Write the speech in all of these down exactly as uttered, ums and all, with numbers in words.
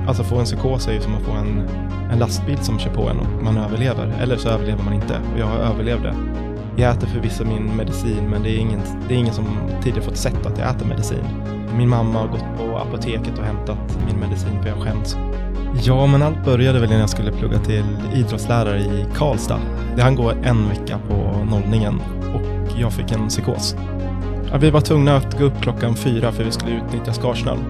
Alltså få en psykos är ju som att få en, en lastbil som kör på en och man överlever. Eller så överlever man inte. Och jag överlevde. Jag äter förvisso min medicin, men det är ingen, det är ingen som tidigare fått sett att jag äter medicin. Min mamma har gått på apoteket och hämtat min medicin för jag skäms. Ja, men allt började väl när jag skulle plugga till idrottslärare i Karlstad. Det hann gå en vecka på nollningen och jag fick en psykos. Ja, vi var tvungna att gå upp klockan fyra för vi skulle utnyttja Skarsnön.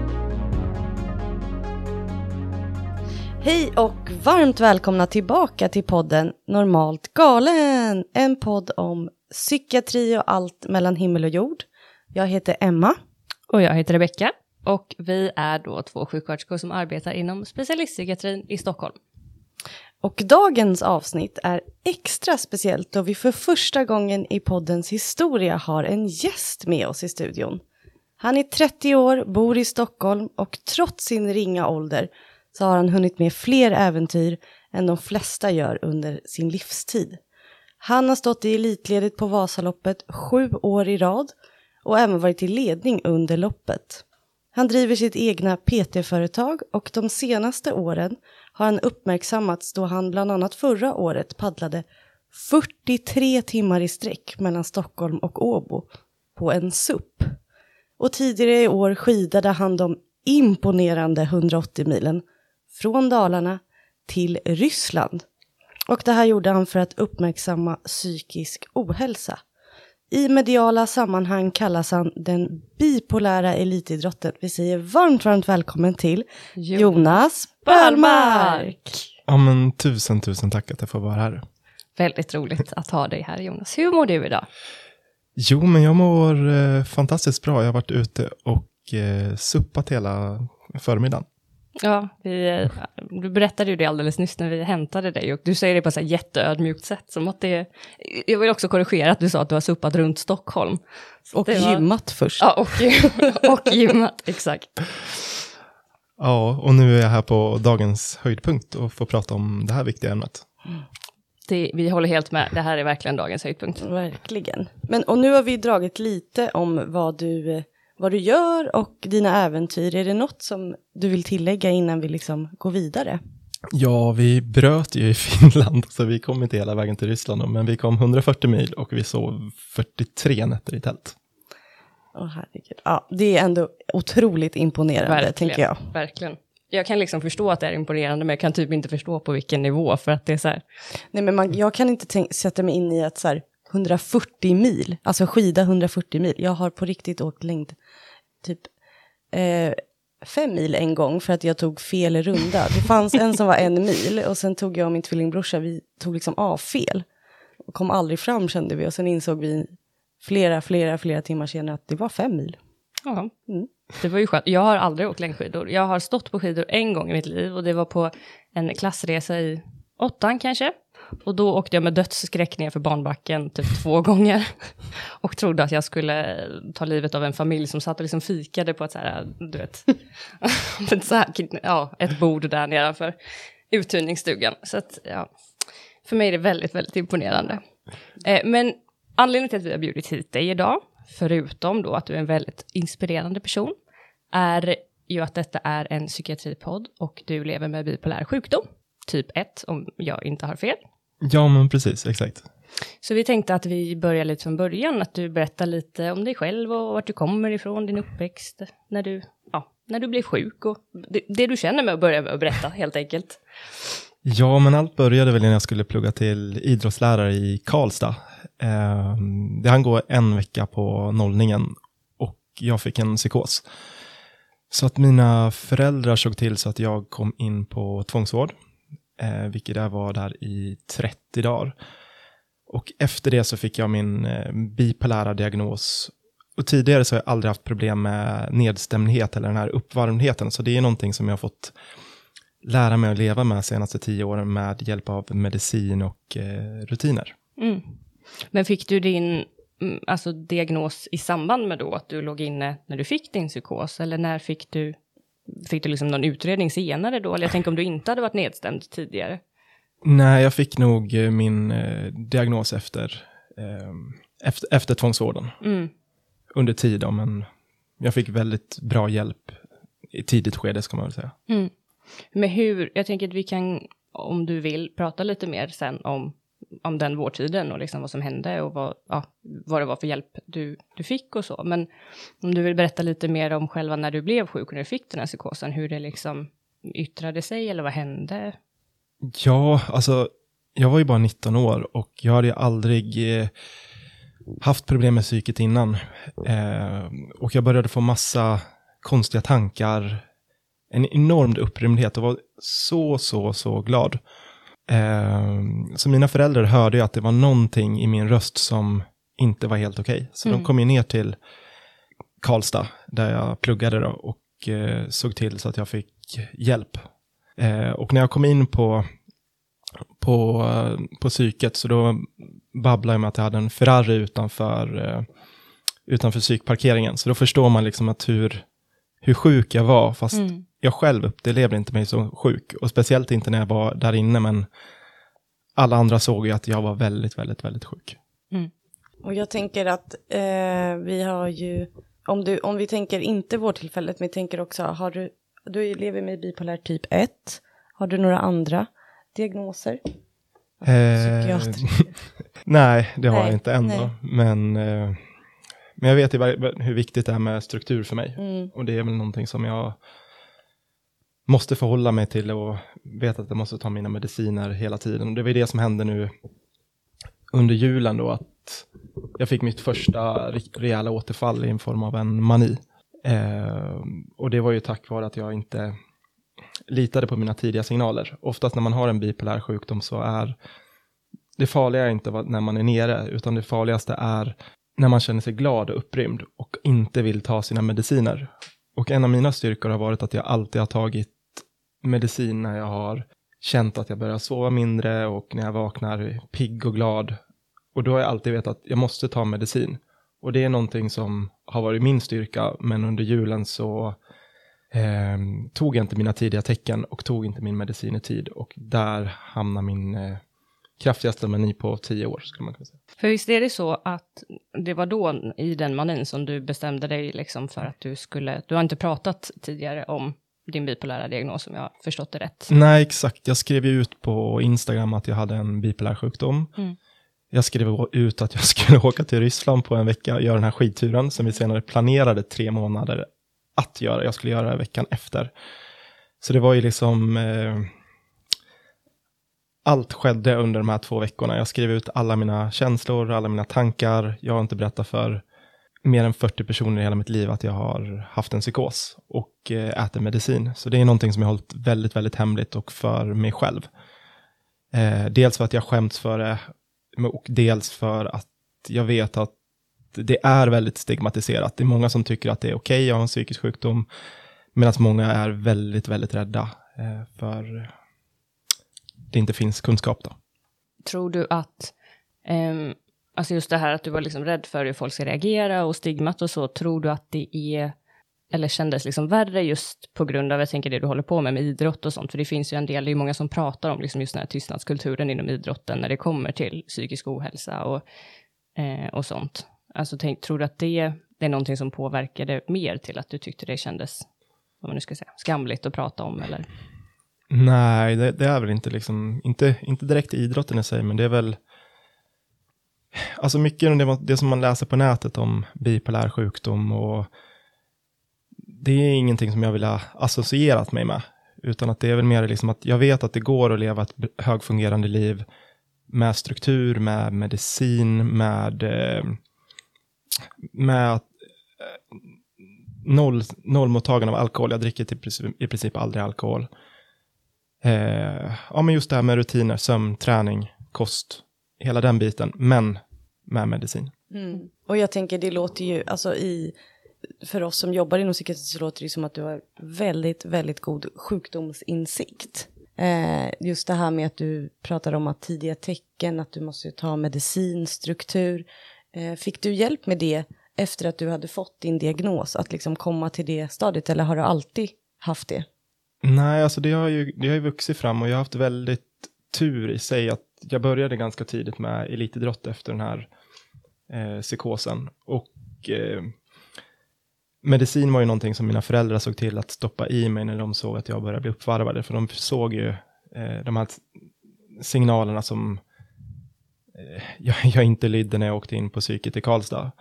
Hej och varmt välkomna tillbaka till podden Normalt galen. En podd om psykiatri och allt mellan himmel och jord. Jag heter Emma. Och jag heter Rebecka. Och vi är då två sjuksköterskor som arbetar inom specialistpsykiatrin i Stockholm. Och dagens avsnitt är extra speciellt då vi för första gången i poddens historia har en gäst med oss i studion. Han är trettio år, bor i Stockholm och trots sin ringa ålder så har han hunnit med fler äventyr än de flesta gör under sin livstid. Han har stått i elitledet på Vasaloppet sju år i rad och även varit i ledning under loppet. Han driver sitt egna P T-företag och de senaste åren har han uppmärksammats då han bland annat förra året paddlade fyrtiotre timmar i sträck mellan Stockholm och Åbo på en S U P. Och tidigare i år skidade han de imponerande hundraåttio milen från Dalarna till Ryssland. Och det här gjorde han för att uppmärksamma psykisk ohälsa. I mediala sammanhang kallas han den bipolära elitidrotten. Vi säger varmt, varmt välkommen till Jonas Böllmark. Ja, men tusen, tusen tack att jag får vara här. Väldigt roligt att ha dig här, Jonas. Hur mår du idag? Jo, men jag mår eh, fantastiskt bra. Jag har varit ute och eh, suppat hela förmiddagen. Ja, vi, du berättade ju det alldeles nyss när vi hämtade dig och du säger det på så här jätteödmjukt sätt. Som att det, jag vill också korrigera att du sa att du har suppat runt Stockholm. Och var, gymmat först. Ja, och, och gymmat, exakt. Ja, och nu är jag här på dagens höjdpunkt och får prata om det här viktiga ämnet. Det, vi håller helt med, det här är verkligen dagens höjdpunkt. Verkligen. Men, och nu har vi dragit lite om vad du... vad du gör och dina äventyr. Är det något som du vill tillägga innan vi liksom går vidare? Ja, vi bröt ju i Finland så vi kom inte hela vägen till Ryssland. Men vi kom hundrafyrtio mil och vi sov fyrtiotre nätter i tält. Åh herregud. Ja, det är ändå otroligt imponerande, verkligen, tänker jag. Verkligen. Jag kan liksom förstå att det är imponerande, men jag kan typ inte förstå på vilken nivå. För att det är så här... Nej, men man, jag kan inte tänk, sätta mig in i att så här, hundrafyrtio mil, alltså skida hundrafyrtio mil. Jag har på riktigt åkt längd typ eh, fem mil en gång för att jag tog fel runda. Det fanns en som var en mil och sen tog jag och min tvillingbrorsa, vi tog liksom av fel. Och kom aldrig fram, kände vi. Och sen insåg vi flera, flera, flera timmar senare att det var fem mil. Ja, mm. Det var ju skönt. Jag har aldrig åkt längdskidor. Jag har stått på skidor en gång i mitt liv och det var på en klassresa i åttan kanske. Och då åkte jag med dödsskräck ner för barnbacken typ två gånger. Och trodde att jag skulle ta livet av en familj som satt och liksom fikade på ett så här, du vet, ett, så här, ja, ett bord där nedanför uthyrningsstugan. Så att, ja, för mig är det väldigt, väldigt imponerande. Eh, men anledningen till att vi har bjudit hit dig idag, förutom då att du är en väldigt inspirerande person, är ju att detta är en psykiatripodd och du lever med bipolär sjukdom. Typ ett, om jag inte har fel. Ja, men precis, exakt. Så vi tänkte att vi börjar lite från början. Att du berättar lite om dig själv och vart du kommer ifrån, din uppväxt. När du, ja, när du blev sjuk och det, det du känner med att börja med att berätta, helt enkelt. Ja, men allt började väl när jag skulle plugga till idrottslärare i Karlstad. Eh, det hann gå en vecka på nollningen och jag fick en psykos. Så att mina föräldrar såg till så att jag kom in på tvångsvård. Eh, vilket där var där i trettio dagar. Och efter det så fick jag min eh, bipolära diagnos. Och tidigare så har jag aldrig haft problem med nedstämdhet eller den här uppvarmheten. Så det är någonting som jag har fått lära mig att leva med de senaste tio åren med hjälp av medicin och eh, rutiner. Mm. Men fick du din alltså, diagnos i samband med då att du låg inne när du fick din psykos? Eller när fick du... Fick du liksom någon utredning senare då? Eller jag tänker om du inte hade varit nedstämd tidigare. Nej, jag fick nog min eh, diagnos efter, eh, efter, efter tvångsvården. Mm. Under tid då, men jag fick väldigt bra hjälp i tidigt skede ska man väl säga. Mm. Men hur, jag tänker att vi kan, om du vill, prata lite mer sen om, om den vårdtiden och liksom vad som hände och vad, ja, vad det var för hjälp du, du fick och så. Men om du vill berätta lite mer om själva när du blev sjuk och när du fick den här psykosen, hur det liksom yttrade sig eller vad hände? Ja, alltså jag var ju bara nitton år och jag hade ju aldrig eh, haft problem med psyket innan. Eh, och jag började få massa konstiga tankar, en enorm upprymdhet och var så, så, så glad. Eh, så mina föräldrar hörde ju att det var någonting i min röst som inte var helt okej. Okay. Så mm. de kom ju ner till Karlstad där jag pluggade då och eh, såg till så att jag fick hjälp. Eh, och när jag kom in på, på, på psyket så då babblade jag med att jag hade en Ferrari utanför, eh, utanför psykparkeringen. Så då förstår man liksom att hur, hur sjuk jag var, fast mm. jag själv upplevde inte mig så sjuk. Och speciellt inte när jag var där inne, men alla andra såg ju att jag var väldigt, väldigt, väldigt sjuk. Mm. Och jag tänker att eh, vi har ju, om, du, om vi tänker inte vårdtillfället, men vi tänker också, har du, du lever med bipolär typ ett, har du några andra diagnoser? Eh, nej, det har nej, jag inte ändå. Men, eh, men jag vet ju hur viktigt det är med struktur för mig. Mm. Och det är väl någonting som jag måste förhålla mig till och vet att jag måste ta mina mediciner hela tiden. Och det var det som hände nu under julen då, att jag fick mitt första rejäla återfall i en form av en mani. Eh, och det var ju tack vare att jag inte litade på mina tidiga signaler. Oftast när man har en bipolär sjukdom så är det farliga inte när man är nere, utan det farligaste är när man känner sig glad och upprymd och inte vill ta sina mediciner. Och en av mina styrkor har varit att jag alltid har tagit medicin när jag har känt att jag börjar sova mindre och när jag vaknar pigg och glad. Och då har jag alltid vetat att jag måste ta medicin. Och det är någonting som har varit min styrka, men under julen så eh, tog jag inte mina tidiga tecken och tog inte min medicin i tid. Och där hamnar min eh, kraftigaste mani på tio år, skulle man kunna säga. För visst är det så att det var då i den manin som du bestämde dig liksom för att du skulle, du har inte pratat tidigare om din bipolära diagnos, om jag har förstått det rätt? Nej, exakt. Jag skrev ut på Instagram att jag hade en bipolär sjukdom. Mm. Jag skrev ut att jag skulle åka till Ryssland på en vecka och göra den här skidturen som vi senare planerade tre månader att göra. Jag skulle göra det veckan efter. Så det var ju liksom eh, allt skedde under de här två veckorna. Jag skrev ut alla mina känslor, alla mina tankar. Jag har inte berättat för mer än fyrtio personer i hela mitt liv att jag har haft en psykos och eh, äter medicin. Så det är någonting som jag har hållit väldigt, väldigt hemligt och för mig själv. Eh, dels för att jag skämts för det och dels för att jag vet att det är väldigt stigmatiserat. Det är många som tycker att det är okej okay, jag har en psykisk sjukdom, medan många är väldigt, väldigt rädda eh, för det inte finns kunskap då. Tror du att um, alltså just det här att du var liksom rädd för hur folk ska reagera och stigmat och så, tror du att det är eller kändes liksom värre just på grund av, jag tänker det du håller på med med idrott och sånt, för det finns ju en del, det är ju många som pratar om liksom just den här tystnadskulturen inom idrotten när det kommer till psykisk ohälsa och, eh, och sånt. Alltså tänk, tror du att det, det är någonting som påverkade mer till att du tyckte det kändes, vad man nu ska säga, skamligt att prata om eller? Nej, det, det är väl inte liksom, inte, inte direkt idrotten i sig, men det är väl alltså mycket det, det som man läser på nätet om bipolär sjukdom, och det är ingenting som jag vill ha associerat mig med, utan att det är väl mer liksom att jag vet att det går att leva ett högfungerande liv med struktur, med medicin, med med noll, nollmottagande av alkohol. Jag dricker till princip, i princip aldrig alkohol. Eh, ja, men just det här med rutiner, sömn, träning, kost, hela den biten, men med medicin. Mm. Och jag tänker, det låter ju, alltså i, för oss som jobbar inom psykiatri så låter det som att du har väldigt, väldigt god sjukdomsinsikt. Eh, just det här med att du pratar om att tidiga tecken, att du måste ta medicin, struktur. Eh, fick du hjälp med det efter att du hade fått din diagnos, att liksom komma till det stadiet, eller har du alltid haft det? Nej, alltså det har ju, det har ju vuxit fram, och jag har haft väldigt tur i sig att jag började ganska tidigt med elitidrott efter den här eh, psykosen. Och eh, medicin var ju någonting som mina föräldrar såg till att stoppa i mig när de såg att jag började bli uppvarvade. För de såg ju eh, de här signalerna som eh, jag, jag inte lydde när jag åkte in på psyket i Karlstad.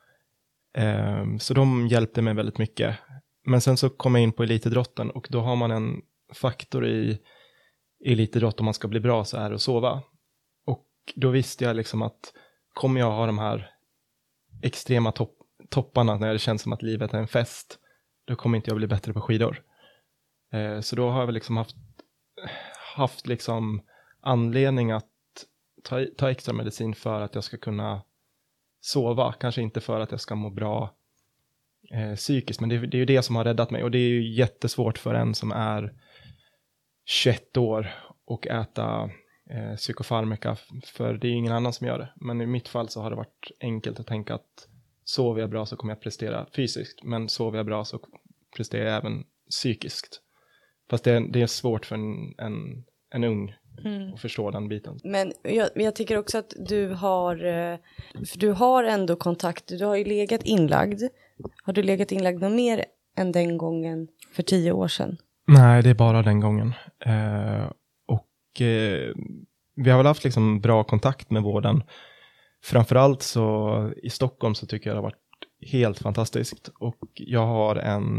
Eh, så de hjälpte mig väldigt mycket. Men sen så kom jag in på elitidrotten och då har man en faktor i elitidrott om man ska bli bra så är det att sova. Och då visste jag liksom att kommer jag ha de här extrema topp, topparna när det känns som att livet är en fest, då kommer inte jag bli bättre på skidor. Eh, så då har jag väl liksom haft, haft liksom anledning att ta, ta extra medicin för att jag ska kunna sova. Kanske inte för att jag ska må bra eh, psykiskt, men det, det är ju det som har räddat mig. Och det är ju jättesvårt för en som är tjugoett år och äta eh, psykofarmaka, för det är ingen annan som gör det. Men i mitt fall så har det varit enkelt att tänka att sover jag bra så kommer jag prestera fysiskt, men sover jag bra så presterar jag även psykiskt. Fast det är, det är svårt för en, en, en ung mm. att förstå den biten. Men jag, jag tycker också att du har, för du har ändå kontakt, du har ju legat inlagd. Har du legat inlagd något mer än den gången för tio år sedan? Nej, det är bara den gången. Eh, och eh, vi har väl haft liksom bra kontakt med vården. Framförallt så i Stockholm så tycker jag det har varit helt fantastiskt. Och jag har en,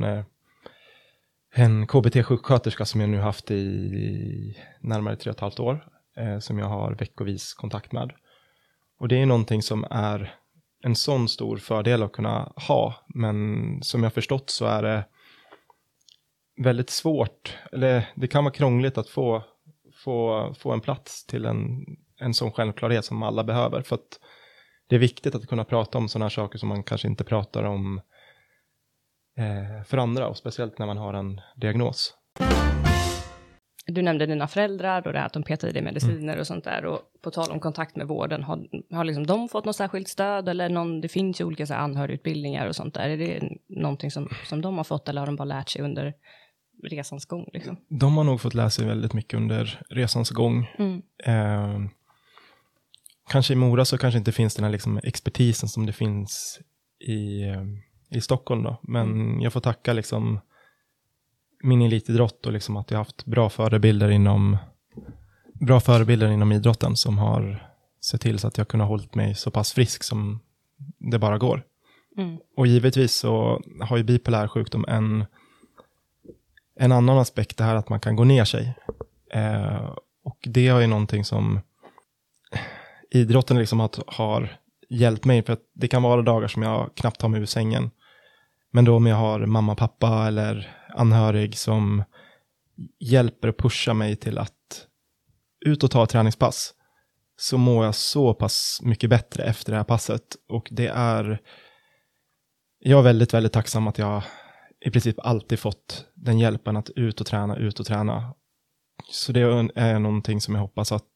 en K B T-sjuksköterska som jag nu haft i närmare tre och ett halvt år. Eh, som jag har veckovis kontakt med. Och det är någonting som är en sån stor fördel att kunna ha. Men som jag förstått så är det väldigt svårt. Eller det kan vara krångligt att få, få, få en plats till en, en sån självklarhet som alla behöver. För att det är viktigt att kunna prata om sådana här saker som man kanske inte pratar om eh, för andra. Och speciellt när man har en diagnos. Du nämnde dina föräldrar och det här att de petar i dig mediciner mm. och sånt där. Och på tal om kontakt med vården, har, har liksom de fått något särskilt stöd? Eller någon, det finns ju olika så här anhörigutbildningar och sånt där. Är det någonting som, som de har fått eller har de bara lärt sig under resans gång? Liksom? De har nog fått lära sig väldigt mycket under resans gång. Mm. Eh, kanske i Mora så kanske inte finns den här liksom expertisen som det finns i, i Stockholm då. Men mm. jag får tacka liksom min elitidrott och liksom att jag har haft bra förebilder inom bra förebilder inom idrotten som har sett till så att jag kunnat hållit mig så pass frisk som det bara går. Mm. Och givetvis så har ju bipolär sjukdom en en annan aspekt, det här att man kan gå ner sig. Eh, och det är ju någonting som idrotten liksom har, har hjälpt mig, för att det kan vara dagar som jag knappt tar mig ur sängen. Men då om jag har mamma, pappa eller anhörig som hjälper och pushar mig till att ut och ta ett träningspass, så mår jag så pass mycket bättre efter det här passet. Och det är, jag är väldigt, väldigt tacksam att jag i princip alltid fått den hjälpen att ut och träna, ut och träna. Så det är någonting som jag hoppas att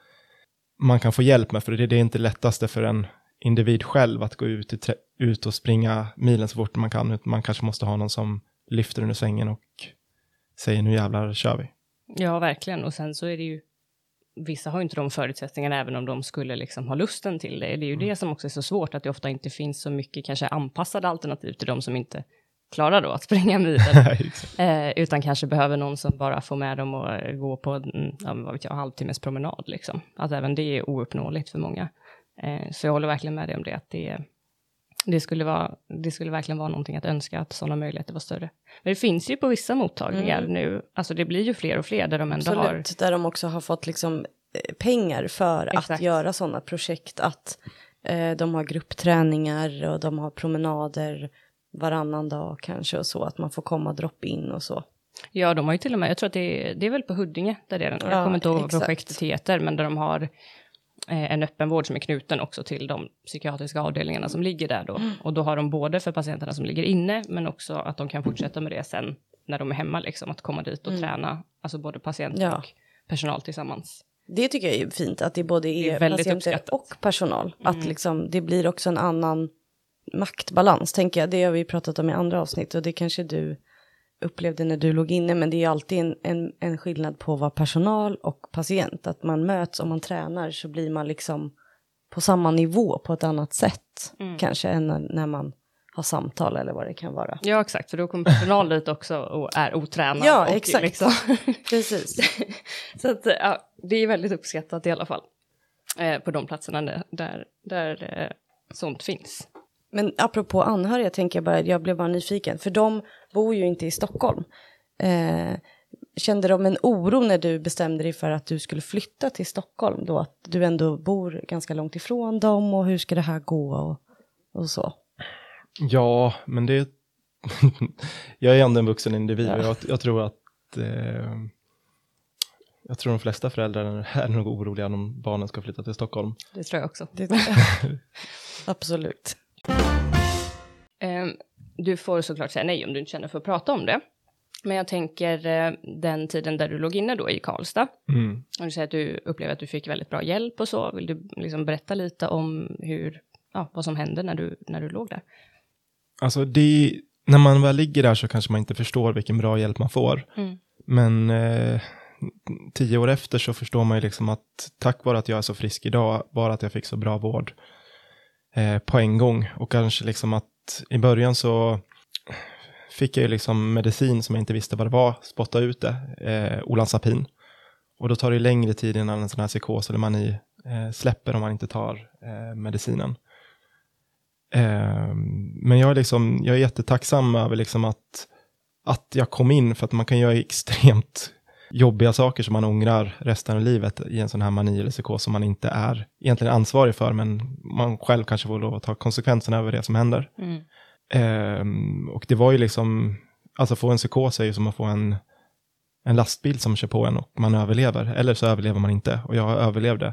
man kan få hjälp med, för det är inte lättaste för en individ själv att gå ut, i trä- ut och springa milen så fort man kan. Man kanske måste ha någon som lyfter under sängen och säger nu jävlar kör vi. Ja, verkligen. Och sen så är det ju, vissa har inte de förutsättningarna även om de skulle liksom ha lusten till det. Det är ju mm. det som också är så svårt, att det ofta inte finns så mycket kanske anpassade alternativ till de som inte klarar då att springa milen. eh, utan kanske behöver någon som bara får med dem och gå på en ja, vad vet jag, halvtimmes promenad. Liksom. Att även det är ouppnåeligt för många. Eh, så jag håller verkligen med dig om det. Att det, det, skulle vara, det skulle verkligen vara någonting att önska att sådana möjligheter var större. Men det finns ju på vissa mottagningar mm. nu. Alltså det blir ju fler och fler där de ändå Absolut, har... där de också har fått liksom pengar för Exakt. Att göra sådana projekt. Att eh, de har gruppträningar och de har promenader varannan dag kanske och så, att man får komma och droppa in och så. Ja, de har ju till och med, jag tror att det är, det är väl på Huddinge där det är den. Jag ja, kommer inte ihåg vad exakt. projektet heter, men där de har eh, en öppenvård som är knuten också till de psykiatriska avdelningarna som ligger där då. Mm. Och då har de både för patienterna som ligger inne, men också att de kan fortsätta med det sen när de är hemma liksom, att komma dit och mm. träna, alltså både patient ja. Och personal tillsammans. Det tycker jag är fint, att det både är, är patienter uppskattat. Och personal. Mm. Att liksom, det blir också en annan maktbalans, tänker jag. Det har vi pratat om i andra avsnitt och det kanske du upplevde när du låg inne, men det är alltid en, en, en skillnad på att vara personal och patient. Att man möts om man tränar så blir man liksom på samma nivå på ett annat sätt mm. kanske än när, när man ha samtal eller vad det kan vara. Ja, exakt. För då kommer personal dit också och är otränad. Ja, och exakt. Liksom. Precis. Så att, ja, det är väldigt uppskattat i alla fall. Eh, på de platserna där, där, där eh, sånt finns. Men apropå anhöriga tänker jag bara, jag blev bara nyfiken. För de bor ju inte i Stockholm. Eh, kände de en oro när du bestämde dig för att du skulle flytta till Stockholm då? Att du ändå bor ganska långt ifrån dem och hur ska det här gå och, och så? Ja, men det... jag är ändå en vuxen individ och Ja. jag, jag tror att... Eh, jag tror de flesta föräldrar är nog oroliga om barnen ska flytta till Stockholm. Det tror jag också. Det, absolut. Eh, du får såklart säga nej om du inte känner för att prata om det. Men jag tänker eh, den tiden där du låg inne då i Karlstad. Mm. Och du säger att du upplevde att du fick väldigt bra hjälp och så. Vill du liksom berätta lite om hur, ja, vad som hände när du, när du låg där? Alltså det, när man väl ligger där så kanske man inte förstår vilken bra hjälp man får. Mm. Men eh, tio år efter så förstår man ju liksom att tack vare att jag är så frisk idag, bara att jag fick så bra vård eh, på en gång. Och kanske liksom att i början så fick jag ju liksom medicin som jag inte visste vad det var, spotta ut det, eh, Olanzapin. Och då tar det ju längre tid innan en sån här psykos eller mani eh, släpper om man inte tar eh, medicinen. Eh, men jag är, liksom, jag är jättetacksam över liksom att, att jag kom in, för att man kan göra extremt jobbiga saker som man ångrar resten av livet i en sån här mani eller psykos som man inte är egentligen ansvarig för, men man själv kanske får lov att ta konsekvenserna över det som händer. Mm. Um, och det var ju liksom, alltså få en psykos är ju som att få en, en lastbil som kör på en och man överlever, eller så överlever man inte, och jag överlevde.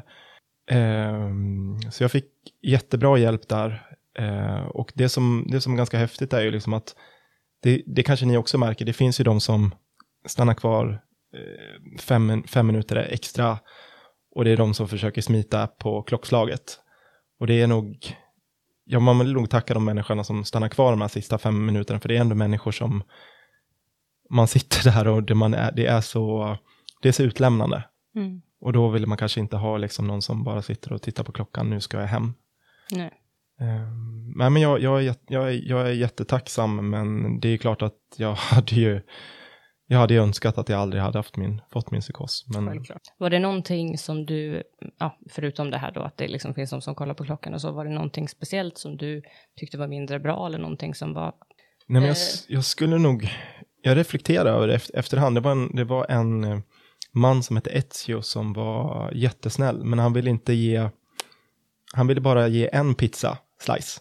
Um, så jag fick jättebra hjälp där, uh, och det som, det som är ganska häftigt är ju liksom att det, det kanske ni också märker, det finns ju de som stannar kvar uh, fem, fem minuter extra, och det är de som försöker smita på klockslaget, och det är nog... Ja, man vill nog tacka de människorna som stannar kvar de här sista fem minuterna, för det är ändå människor som man sitter där och det, man är, det är så det är så utlämnande. Mm. Och då vill man kanske inte ha liksom någon som bara sitter och tittar på klockan, nu ska jag hem. Nej. Um, nej, men jag, jag, är, jag, är, jag är jättetacksam, men det är klart att jag hade ju jag hade ju önskat att jag aldrig hade haft min, fått min psykos. Men... Självklart. Var det någonting som du, ja, förutom det här då, att det liksom finns de som kollar på klockan och så, var det någonting speciellt som du tyckte var mindre bra eller någonting som var... Nej, men jag, jag skulle nog, jag reflekterar över det efter, efterhand. Det var en, det var en man som hette Ezio som var jättesnäll, men han ville inte ge, han ville bara ge en pizza slice.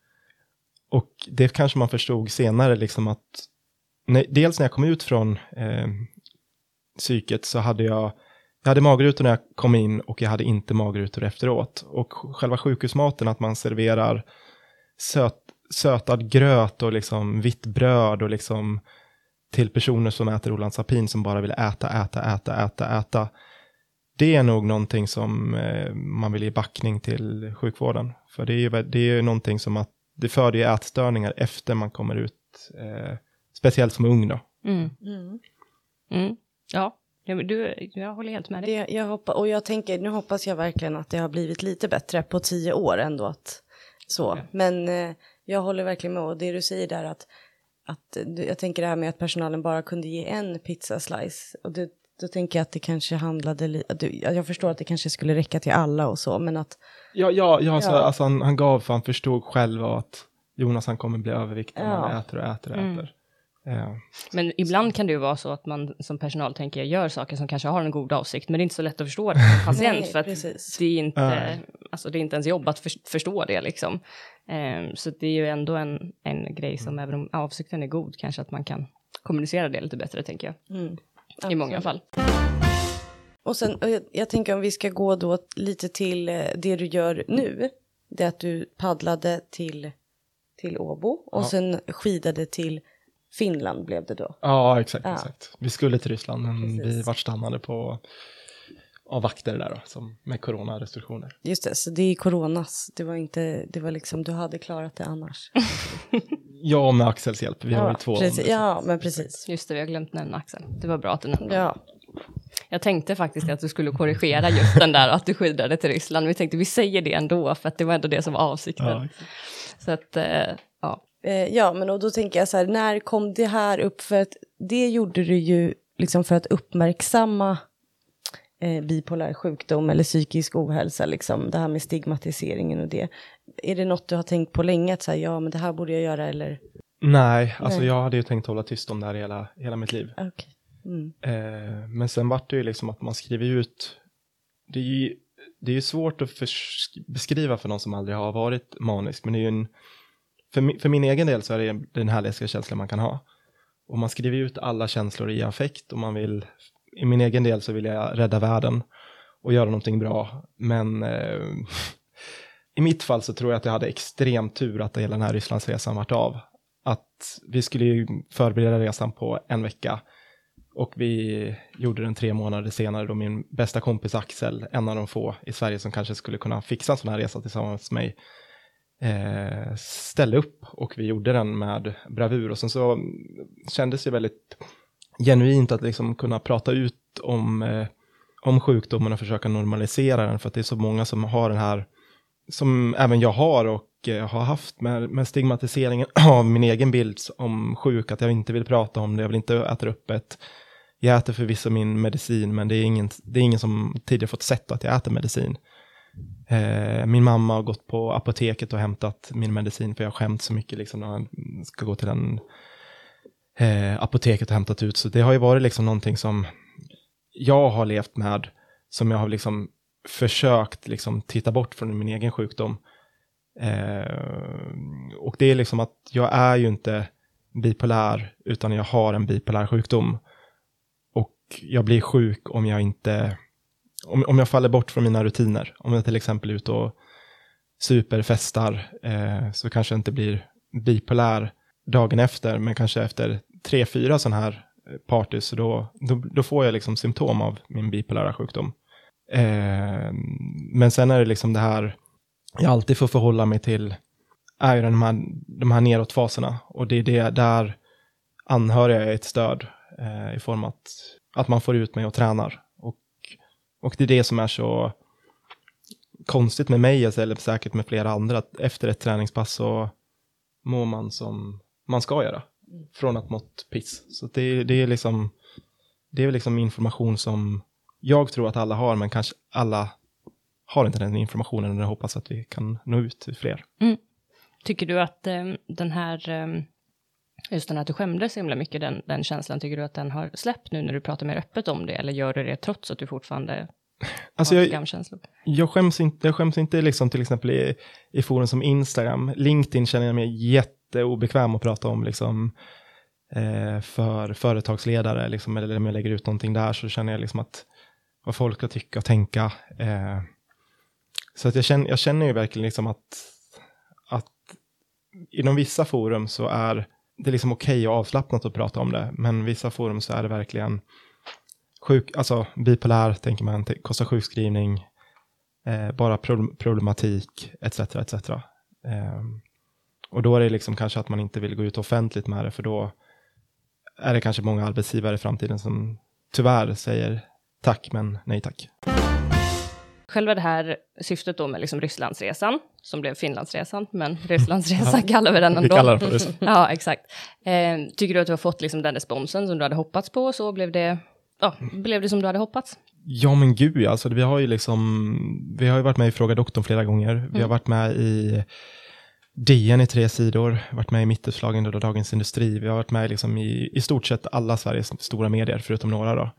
Och det kanske man förstod senare liksom att när, dels när jag kom ut från eh, psyket så hade jag, jag hade magrutor när jag kom in och jag hade inte magrutor efteråt. Och själva sjukhusmaten, att man serverar söt, sötad gröt och liksom vitt bröd och liksom till personer som äter Olanzapin som bara vill äta, äta, äta, äta, äta. Det är nog någonting som eh, man vill ge backning till sjukvården. För det är ju, det är ju någonting som att det föder ju ätstörningar efter man kommer ut, eh, speciellt som ung då. Mm. Mm. Mm. Ja, du, jag håller helt med dig. Det, jag hoppa, och jag tänker, nu hoppas jag verkligen att det har blivit lite bättre på tio år ändå. Att, så. Ja. Men eh, jag håller verkligen med, och det du säger där att, att jag tänker det här med att personalen bara kunde ge en pizza slice. Och det, då tänker jag att det kanske handlade lite, jag förstår att det kanske skulle räcka till alla och så, men att... Ja, ja, ja, så, Ja. alltså han, han gav, för han förstod själv att Jonas han kommer bli överviktig om Ja. han äter och äter och Mm. äter. Ja. Men ibland kan det ju vara så att man som personal tänker jag gör saker som kanske har en god avsikt, men det är inte så lätt att förstå det som patient. Nej, för att precis. det är inte, Nej. alltså det är inte ens jobb att för, förstå det liksom. Um, så det är ju ändå en, en grej som även om avsikten är god, kanske att man kan kommunicera det lite bättre, tänker jag. Mm. I många fall. Och sen, och jag, jag tänker om vi ska gå då lite till eh, det du gör nu. Det är att du paddlade till, till Åbo och Ja. sen skidade till Finland blev det då. Ja, exakt, Ja. exakt. Vi skulle till Ryssland, men Precis. vi vart stannade på av vakter där då, som med coronarestriktioner. Just det, så det är coronas. Det var inte, det var liksom, du hade klarat det annars. Ja, med Axels hjälp. Vi har ju två. precis, ja, men precis. Just det, vi har glömt nämna Axel. Det var bra att du nämnde. Ja, Jag tänkte faktiskt att du skulle korrigera just den där att du skidade till Ryssland. Vi tänkte vi säger det ändå, för att det var ändå det som var avsikten. Ja, Så att, eh, ja. Eh, ja, men och då tänker jag så här, när kom det här upp? För att det gjorde du ju liksom för att uppmärksamma eh, bipolär sjukdom eller psykisk ohälsa, liksom. Det här med stigmatiseringen och det. Är det något du har tänkt på länge? Att säga, ja men det här borde jag göra, eller? Nej, alltså Nej. jag hade ju tänkt hålla tyst om det här hela, hela mitt liv. Okay. Mm. Eh, men sen var det ju liksom att man skriver ut, det är ju, det är ju svårt att för, beskriva för någon som aldrig har varit manisk, men det är ju en, för, mi, för min egen del så är det den härligaste känslan man kan ha. Och man skriver ut alla känslor i affekt, och man vill, i min egen del så vill jag rädda världen och göra någonting bra, men eh, i mitt fall så tror jag att jag hade extremt tur att hela den här Rysslandsresan vart av. Att vi skulle ju förbereda resan på en vecka, och vi gjorde den tre månader senare, då min bästa kompis Axel, en av de få i Sverige som kanske skulle kunna fixa en sån här resa tillsammans med mig, eh, ställde upp, och vi gjorde den med bravur. Och sen så kändes det väldigt genuint att liksom kunna prata ut om, eh, om sjukdomen och försöka normalisera den, för att det är så många som har den här, som även jag har och eh, har haft med, med stigmatiseringen av min egen bild om sjuk, att jag inte vill prata om det, jag vill inte äta upp ett. Jag äter förvisso min medicin, men det är ingen, det är ingen som tidigare fått sett att jag äter medicin. Eh, min mamma har gått på apoteket och hämtat min medicin, för jag har skämt så mycket liksom, när jag ska gå till en eh, apoteket och hämtat ut. Så det har ju varit liksom någonting som jag har levt med, som jag har liksom försökt liksom titta bort från min egen sjukdom. Eh, och det är liksom att jag är ju inte bipolär, utan jag har en bipolär sjukdom. Och jag blir sjuk om jag inte, om, om jag faller bort från mina rutiner. Om jag till exempel är ute och superfestar, eh, så kanske jag inte blir bipolär dagen efter, men kanske efter tre, fyra sådana här party, så då, då, då får jag liksom symptom av min bipolära sjukdom. Eh, men sen är det liksom det här jag alltid får förhålla mig till, är ju de här, de här nedåtfaserna, och det är det där anhöriga är ett stöd eh, i form att, att man får ut mig och tränar, och, och det är det som är så konstigt med mig, eller säkert med flera andra, att efter ett träningspass så mår man som man ska göra, från att mått piss. Så det, det är liksom det är liksom information som jag tror att alla har, men kanske alla har inte den informationen, och jag hoppas att vi kan nå ut till fler. Mm. Tycker du att um, den här, um, just den här att du skämdes så himla mycket, den, den känslan, tycker du att den har släppt nu när du pratar mer öppet om det, eller gör du det trots att du fortfarande alltså har jag, skamkänslor? Jag skäms inte, jag skäms inte liksom till exempel i, i forum som Instagram. LinkedIn känner jag mig jätteobekväm att prata om liksom, eh, för företagsledare, liksom, eller om jag lägger ut någonting där så känner jag liksom att vad folk ska tycka och tänka. Eh, så att jag känner, jag känner ju verkligen liksom att, att inom vissa forum så är det liksom okej och avslappnat att prata om det, men vissa forum så är det verkligen sjuk, alltså bipolär tänker man, kostar sjukskrivning, eh, bara pro- problematik etc etc. Eh, och då är det liksom kanske att man inte vill gå ut offentligt med det, för då är det kanske många arbetsgivare i framtiden som tyvärr säger tack men nej tack. Själva det här syftet då med liksom Rysslandsresan, som blev Finlandsresan, men Rysslandsresan kallar vi den ändå. Vi kallar det för Ryssland. Ja, exakt. Eh, tycker du att du har fått liksom den responsen som du hade hoppats på, så blev det, ja, blev det som du hade hoppats? Ja men gud, ja. Alltså, vi har ju liksom, vi har ju varit med i Fråga doktorn flera gånger. Vi Mm. har varit med i D N i tre sidor, varit med i Mittutslagen och Dagens Industri. Vi har varit med liksom i, i stort sett alla Sveriges stora medier, förutom några då.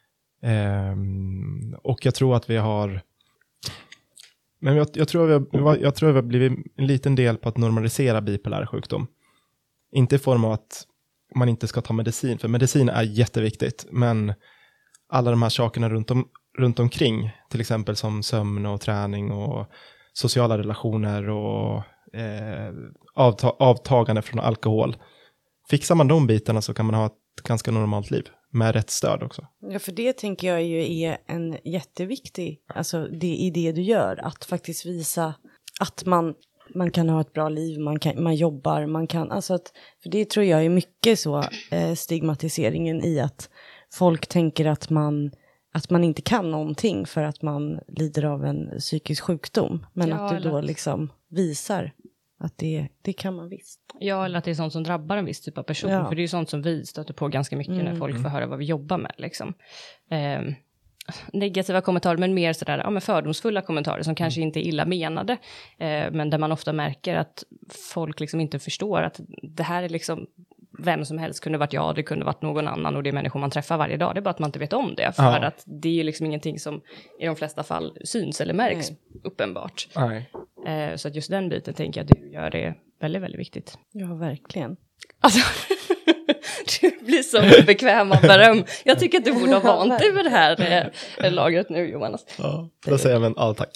Ehm, och jag tror att vi har men jag, jag, tror vi har, jag tror vi har blivit en liten del på att normalisera bipolär sjukdom. Inte i form av att man inte ska ta medicin, för medicin är jätteviktigt, men alla de här sakerna runt, om, runt omkring, till exempel som sömn och träning och sociala relationer och eh, avta, avtagande från alkohol. Fixar man de bitarna så kan man ha ett ganska normalt liv med rätt stöd också. Ja, för det tänker jag ju är en jätteviktig, alltså det i det du gör, att faktiskt visa att man, man kan ha ett bra liv, man, kan, man jobbar, man kan, alltså att, för det tror jag är mycket så eh, stigmatiseringen i att folk tänker att man, att man inte kan någonting för att man lider av en psykisk sjukdom, men Ja, att du eller... då liksom visar att det, det kan man visst. Ja, eller att det är sånt som drabbar en viss typ av person. Ja. För det är ju sånt som vi stöter på ganska mycket Mm. när folk får höra vad vi jobbar med. Liksom. Eh, negativa kommentarer, men mer sådär, ja, men fördomsfulla kommentarer som kanske inte är illa menade. Eh, men där man ofta märker att folk liksom inte förstår att det här är liksom vem som helst kunde varit jag, det kunde varit någon annan och det är människor man träffar varje dag. Det är bara att man inte vet om det. För Ja. att det är ju liksom ingenting som i de flesta fall syns eller märks Nej. uppenbart. Nej. Eh, så att just den biten tänker jag att du gör det väldigt, väldigt viktigt. Ja, verkligen. Alltså, du blir så bekväm av beröm. Jag tycker att du borde ha vant dig med det här eh, lagret nu, Johannes. Ja, då säger jag men ja, tack.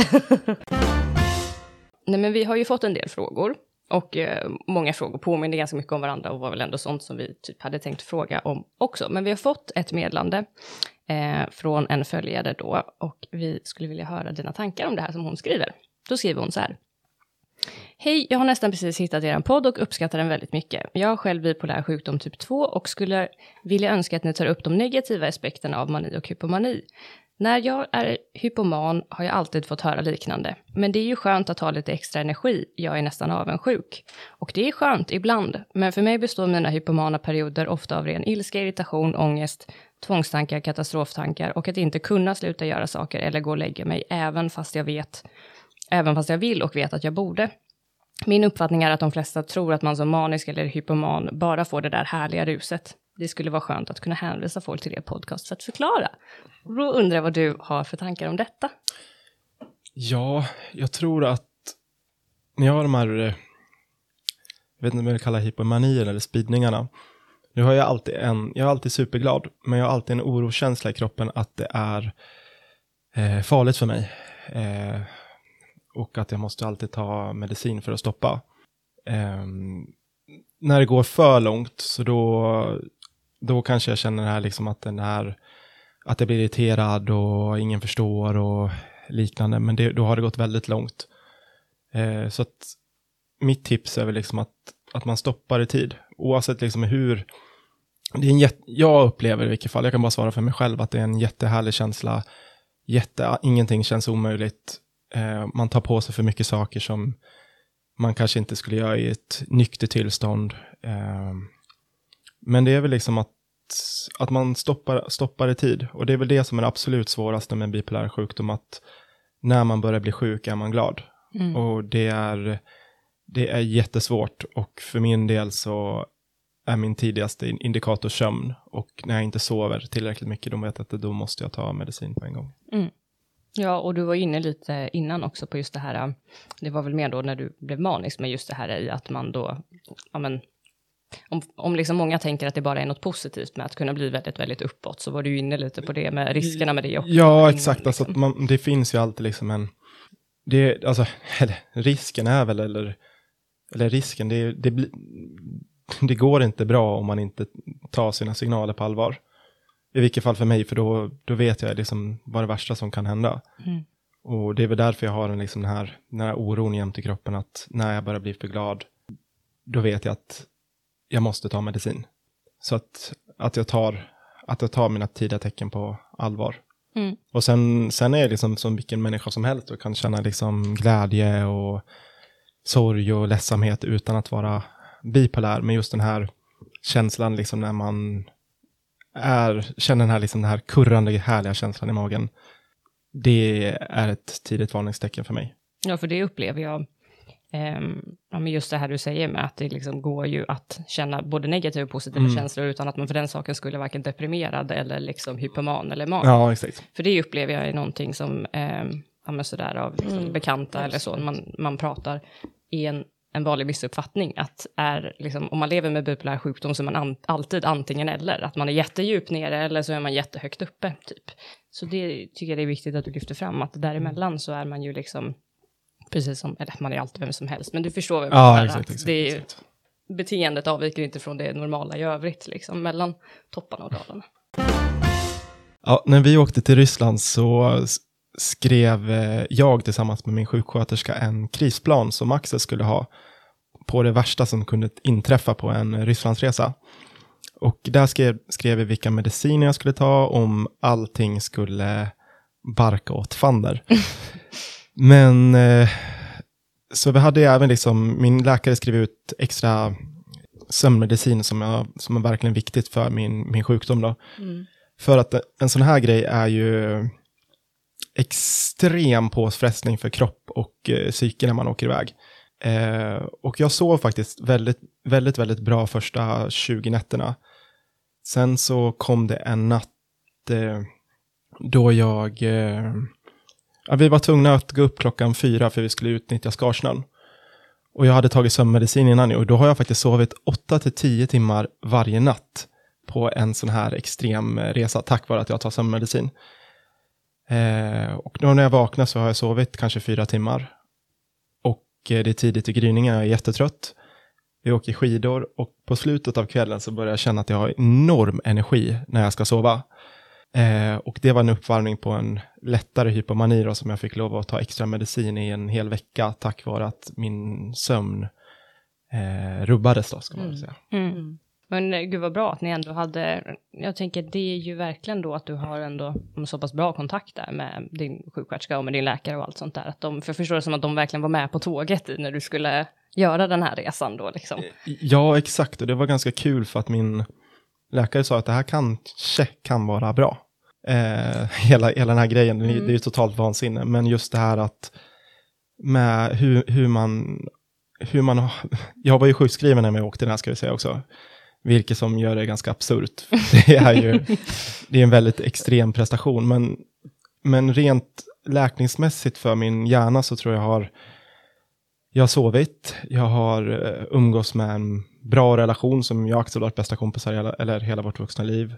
Nej, men vi har ju fått en del frågor. Och eh, många frågor påminner ganska mycket om varandra och var väl ändå sånt som vi typ hade tänkt fråga om också. Men vi har fått ett meddelande eh, från en följare då och vi skulle vilja höra dina tankar om det här som hon skriver. Då skriver hon så här. Hej, jag har nästan precis hittat er podd och uppskattar den väldigt mycket. Jag har själv bipolär sjukdom typ två och skulle vilja önska att ni tar upp de negativa aspekterna av mani och hypomani. När jag är hypoman har jag alltid fått höra liknande. Men det är ju skönt att ha lite extra energi. Jag är nästan avundsjuk. Och det är skönt ibland. Men för mig består mina hypomana perioder ofta av ren ilska, irritation, ångest, tvångstankar, katastroftankar och att inte kunna sluta göra saker eller gå och lägga mig även fast jag vet, även fast jag vill och vet att jag borde. Min uppfattning är att de flesta tror att man som manisk eller hypoman bara får det där härliga ruset. Det skulle vara skönt att kunna hänvisa folk till det podcast för att förklara. Då undrar jag vad du har för tankar om detta. Ja, jag tror att när jag har de här, jag vet inte om jag vill kalla hypomanier eller spidningarna. Nu har jag alltid en, jag är alltid superglad, men jag har alltid en orokänsla i kroppen att det är eh, farligt för mig. Eh, och att jag måste alltid ta medicin för att stoppa. Eh, när det går för långt så då, då kanske jag känner det här liksom att den här, att jag blir irriterad och ingen förstår och liknande. Men det, då har det gått väldigt långt. Eh, så att mitt tips är väl liksom att, att man stoppar i tid. Oavsett liksom hur, det är en jätte, jag upplever i vilket fall, jag kan bara svara för mig själv, att det är en jättehärlig känsla. Jätte, ingenting känns omöjligt. Eh, man tar på sig för mycket saker som man kanske inte skulle göra i ett nyktert tillstånd. Eh, men det är väl liksom att, att man stoppar, stoppar i tid. Och det är väl det som är det absolut svåraste med bipolär sjukdom. Att när man börjar bli sjuk är man glad. Mm. Och det är, det är jättesvårt. Och för min del så är min tidigaste indikator sömn. Och när jag inte sover tillräckligt mycket, då vet jag att då måste jag ta medicin på en gång. Mm. Ja, och du var inne lite innan också på just det här, det var väl mer då när du blev manisk, men just det här i att man då, ja men, om, om liksom många tänker att det bara är något positivt med att kunna bli väldigt, väldigt uppåt, så var du ju inne lite på det med riskerna med det också. Ja, exakt, liksom. Alltså att man, det finns ju alltid liksom en, det, alltså, eller, risken är väl, eller, eller risken, det, det, bli, det går inte bra om man inte tar sina signaler på allvar. I vilket fall för mig, för då, då vet jag liksom vad det värsta som kan hända. Mm. Och det är väl därför jag har en, liksom den, här, den här oron jämt i kroppen, att när jag börjar bli för glad, då vet jag att jag måste ta medicin. Så att, att, jag, tar, att jag tar mina tidiga tecken på allvar. Mm. Och sen, sen är jag liksom som vilken människa som helst och kan känna liksom glädje och sorg och ledsamhet utan att vara bipolär. Men just den här känslan liksom när man är, känner den här, liksom, den här kurrande härliga känslan i magen. Det är ett tidigt varningstecken för mig. Ja, för det upplever jag. Um, ja, men just det här du säger med att det liksom går ju att känna både negativa och positiva mm. känslor utan att man för den saken skulle varken deprimerad eller liksom hypoman eller man. Ja, exakt. För det upplever jag är någonting som um, ja, men sådär av liksom mm. bekanta mm. eller så. Man, man pratar i en, en vanlig missuppfattning att är liksom, om man lever med bipolär sjukdom så är man an, alltid antingen eller. Att man är jättedjupt nere eller så är man jättehögt uppe typ. Så det tycker jag det är viktigt att du lyfter fram att däremellan så är man ju liksom precis som, eller man är alltid vem som helst. Men du förstår väl ja, vad exakt, exakt, det är. Exakt. Beteendet avviker inte från det normala i övrigt. Liksom, mellan topparna och dalarna. Ja, när vi åkte till Ryssland så skrev jag tillsammans med min sjuksköterska en krisplan som Axel skulle ha på det värsta som kunde inträffa på en Rysslandsresa. Och där skrev, skrev vi vilka mediciner jag skulle ta om allting skulle barka åt fander. Men eh, så vi hade även liksom, min läkare skrev ut extra sömnmedicin som, jag, som är verkligen viktigt för min, min sjukdom då. Mm. För att en sån här grej är ju extrem påfrestning för kropp och eh, psyke när man åker iväg. Eh, och jag sov faktiskt väldigt, väldigt, väldigt bra första tjugo nätterna. Sen så kom det en natt eh, då jag... Eh, ja, vi var tvungna att gå upp klockan fyra för vi skulle utnyttja Skarsnön. Och jag hade tagit sömnmedicin innan och då har jag faktiskt sovit åtta till tio timmar varje natt på en sån här extrem resa tack vare att jag tar sömnmedicin. Eh, och då när jag vaknar så har jag sovit kanske fyra timmar. Och eh, det är tidigt i gryningen, jag är jättetrött. Vi åker skidor och på slutet av kvällen så börjar jag känna att jag har enorm energi när jag ska sova. Eh, och det var en uppvärmning på en lättare hypomani då, som jag fick lov att ta extra medicin i en hel vecka tack vare att min sömn eh, rubbades då, ska man mm. säga. Mm. Men gud vad bra att ni ändå hade, jag tänker det är ju verkligen då att du har ändå så pass bra kontakt där med din sjuksköterska och med din läkare och allt sånt där. Att de, för jag förstår det som att de verkligen var med på tåget när du skulle göra den här resan då liksom. Ja, exakt. Och det var ganska kul för att min läkare sa att det här kanske kan vara bra. Eh, hela, hela den här grejen, mm. det är ju totalt vansinne. Men just det här att med hur, hur man, hur man har, jag var ju sjukskriven när jag åkte den här ska vi säga också. Vilket som gör det ganska absurt. Det är ju det är en väldigt extrem prestation. Men, men rent läkningsmässigt för min hjärna så tror jag har jag har sovit. Jag har umgås med en bra relation som jag har varit bästa kompisar hela, eller hela vårt vuxna liv.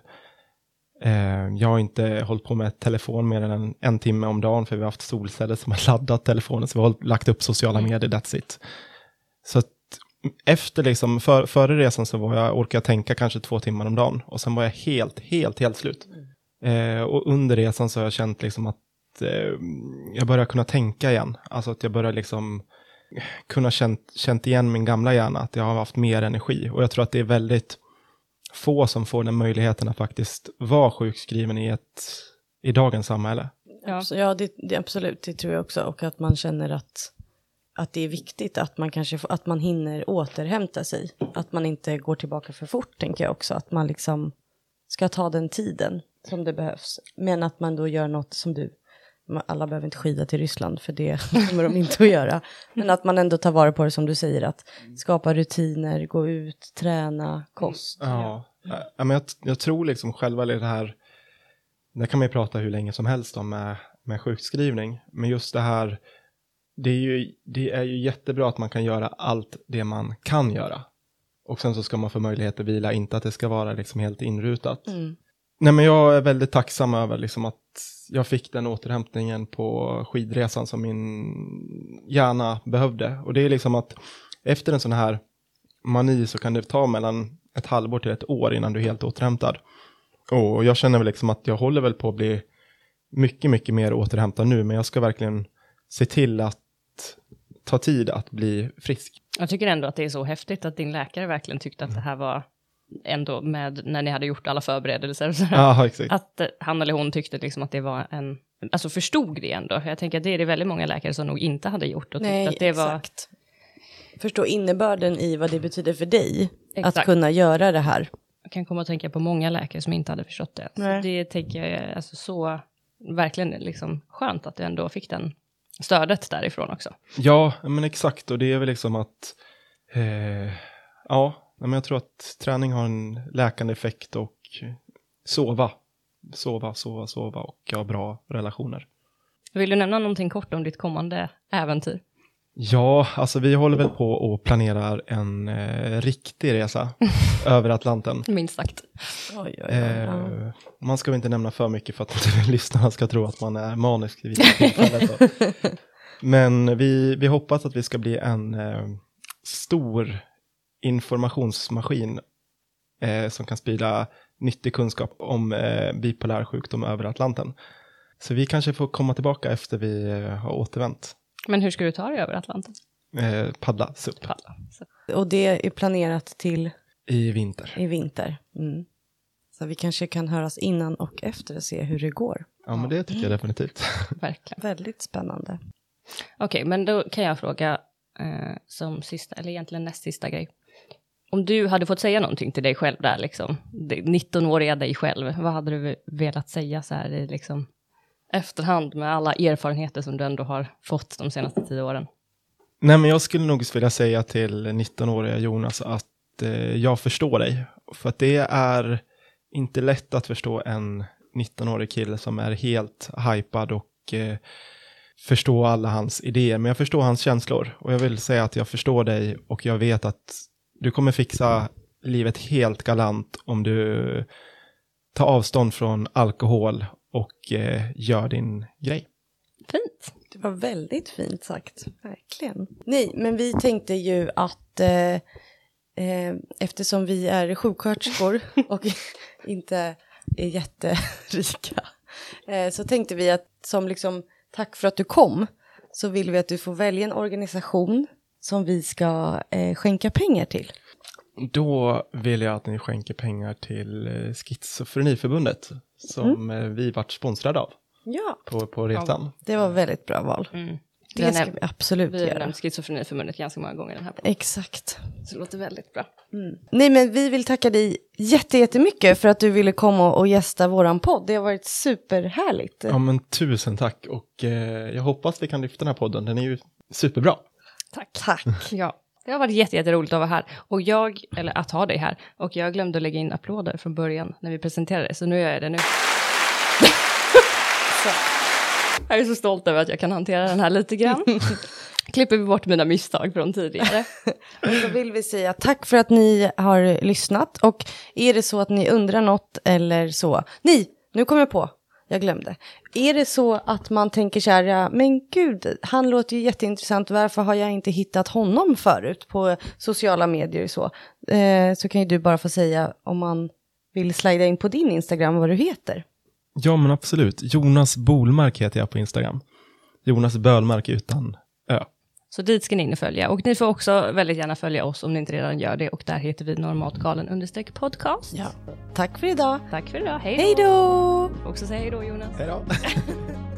Eh, jag har inte hållit på med telefon mer än en, en timme om dagen för vi har haft solceller som har laddat telefonen så vi har lagt upp sociala medier, that's it. Så att efter liksom, för, före resan så var jag, orkade jag tänka kanske två timmar om dagen. Och sen var jag helt, helt, helt slut. Mm. Eh, och under resan så har jag känt liksom att eh, jag börjar kunna tänka igen. Alltså att jag börjar liksom kunna känt, känt igen min gamla hjärna. Att jag har haft mer energi. Och jag tror att det är väldigt få som får den möjligheten att faktiskt vara sjukskriven i, ett, i dagens samhälle. Ja, ja det, det, absolut. Det tror jag också. Och att man känner att att det är viktigt att man kanske att man hinner återhämta sig. Att man inte går tillbaka för fort, tänker jag också. Att man liksom ska ta den tiden som det behövs. Men att man då gör något som du. Alla behöver inte skida till Ryssland för det kommer de inte att göra. Men att man ändå tar vara på det som du säger. Att skapa rutiner, gå ut, träna, kost. Ja, ja men jag, jag tror liksom själva det här. Det kan man ju prata hur länge som helst om med, med sjukskrivning. Men just det här. Det är, ju, det är ju jättebra att man kan göra allt det man kan göra. Och sen så ska man få möjlighet att vila, inte att det ska vara liksom helt inrutat. Mm. Nej, men jag är väldigt tacksam över liksom att jag fick den återhämtningen på skidresan som min hjärna behövde. Och det är liksom att efter en sån här mani så kan det ta mellan ett halvår till ett år innan du är helt återhämtad. Och jag känner väl liksom att jag håller väl på att bli mycket, mycket mer återhämtad nu. Men jag ska verkligen se till att ta tid att bli frisk. Jag tycker ändå att det är så häftigt att din läkare verkligen tyckte att det här var ändå med när ni hade gjort alla förberedelser. Så ja, exakt. Att han eller hon tyckte liksom att det var en, alltså förstod det ändå. Jag tänker att det är det väldigt många läkare som nog inte hade gjort och tyckte Nej, att det exakt. var... Förstå innebörden i vad det betyder för dig exakt. Att kunna göra det här. Jag kan komma att tänka på många läkare som inte hade förstått det. Så det tänker jag är alltså så verkligen liksom skönt att du ändå fick den stödet därifrån också. Ja, men exakt. Och det är väl liksom att eh, ja, men jag tror att träning har en läkande effekt och sova. Sova, sova, sova och ha bra relationer. Vill du nämna någonting kort om ditt kommande äventyr? Ja, alltså vi håller väl på och planerar en eh, riktig resa över Atlanten. Minst sagt. Oj, oj, oj. Eh, man ska väl inte nämna för mycket för att lyssnarna ska tro att man är manisk vid tillfället. Men vi, vi hoppas att vi ska bli en eh, stor informationsmaskin eh, som kan sprida nyttig kunskap om eh, bipolär sjukdom över Atlanten. Så vi kanske får komma tillbaka efter vi eh, har återvänt. Men hur ska du ta dig över Atlanten? Eh, paddla, sup. Paddla. Och det är planerat till? I vinter. I vinter. Mm. Så vi kanske kan höras innan och efter och se hur det går. Ja, men det tycker jag definitivt. Verkligen. Väldigt spännande. Okej, okay, men då kan jag fråga. eh, som sista, eller egentligen näst sista grej. Om du hade fått säga någonting till dig själv där, liksom, nittonåriga dig själv, vad hade du velat säga så här i liksom, efterhand med alla erfarenheter som du ändå har fått de senaste tio åren? Nej, men jag skulle nog vilja säga till nittonåriga Jonas att eh, jag förstår dig. För att det är inte lätt att förstå en nittonårig kille som är helt hypad och eh, förstå alla hans idéer. Men jag förstår hans känslor. Och jag vill säga att jag förstår dig och jag vet att du kommer fixa livet helt galant om du tar avstånd från alkohol och eh, gör din grej. Fint. Det var väldigt fint sagt, verkligen. Nej, men vi tänkte ju att eh, eh, eftersom vi är sjuksköterskor och inte är jätterika eh, så tänkte vi att som liksom tack för att du kom så vill vi att du får välja en organisation som vi ska eh, skänka pengar till. Då vill jag att ni skänker pengar till eh, Schizofreniförbundet som mm. eh, vi varit sponsrade av. Ja. På, på resan. Ja, det var väldigt bra val. Mm. Det ska vi absolut vi göra. Vi har nämnt Schizofreniförbundet ganska många gånger den här podden. Exakt. Så det låter väldigt bra. Mm. Nej, men vi vill tacka dig jätte, jättemycket för att du ville komma och gästa våran podd. Det har varit superhärligt. Ja, men tusen tack. Och eh, jag hoppas vi kan lyfta den här podden. Den är ju superbra. Tack. Tack. Ja. Det har varit jätte, jätteroligt att vara här. Och jag, eller att ha dig här. Och jag glömde att lägga in applåder från början när vi presenterade. Så nu gör jag det nu. Så. Jag är så stolt över att jag kan hantera den här lite grann. Klipper vi bort mina misstag från tidigare. Och så vill vi säga tack för att ni har lyssnat. Och är det så att ni undrar något eller så. Nej, nu kommer jag på. Jag glömde. Är det så att man tänker så här, ja, men gud, han låter ju jätteintressant. Varför har jag inte hittat honom förut på sociala medier och så? Eh, så kan ju du bara få säga om man vill slida in på din Instagram vad du heter. Ja, men absolut. Jonas Bolmark heter jag på Instagram. Jonas Bölmark utan ö. Så dit ska ni in och följa. Och ni får också väldigt gärna följa oss om ni inte redan gör det. Och där heter vi Normalgalen understreck podcast. Ja. Tack för idag. Tack för idag. Hej då. Hej då. Också säg hej då, Jonas. Hej då.